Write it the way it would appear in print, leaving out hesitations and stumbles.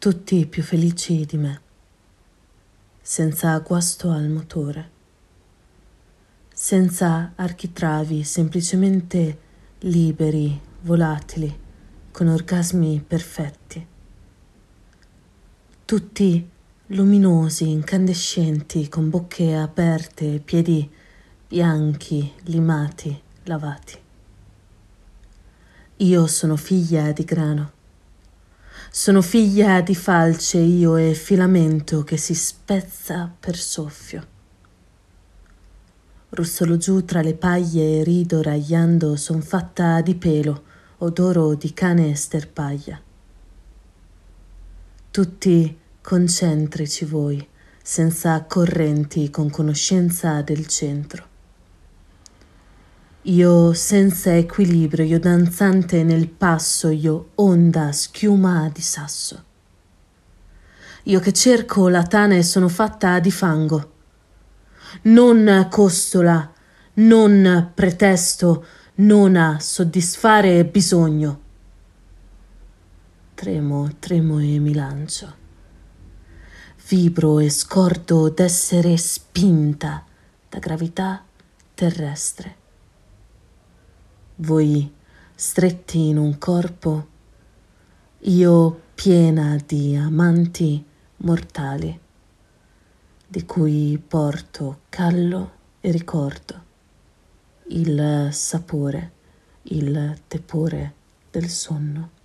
tutti più felici di me, senza guasto al motore, senza architravi, semplicemente liberi, volatili, con orgasmi perfetti. Tutti luminosi, incandescenti, con bocche aperte, piedi bianchi, limati, lavati. Io sono figlia di grano. Sono figlia di falce io e filamento che si spezza per soffio. Russolo giù tra le paglie e rido ragliando, son fatta di pelo, odoro di cane sterpaglia. Tutti concentrici voi, senza correnti, con conoscenza del centro. Io senza equilibrio, io danzante nel passo, io onda, schiuma di sasso. Io che cerco la tana e sono fatta di fango. Non costola, non pretesto, non a soddisfare bisogno. Tremo e mi lancio. Vibro e scordo d'essere spinta da gravità terrestre. Voi stretti in un corpo, io piena di amanti mortali, di cui porto callo e ricordo, il sapore, il tepore del sonno.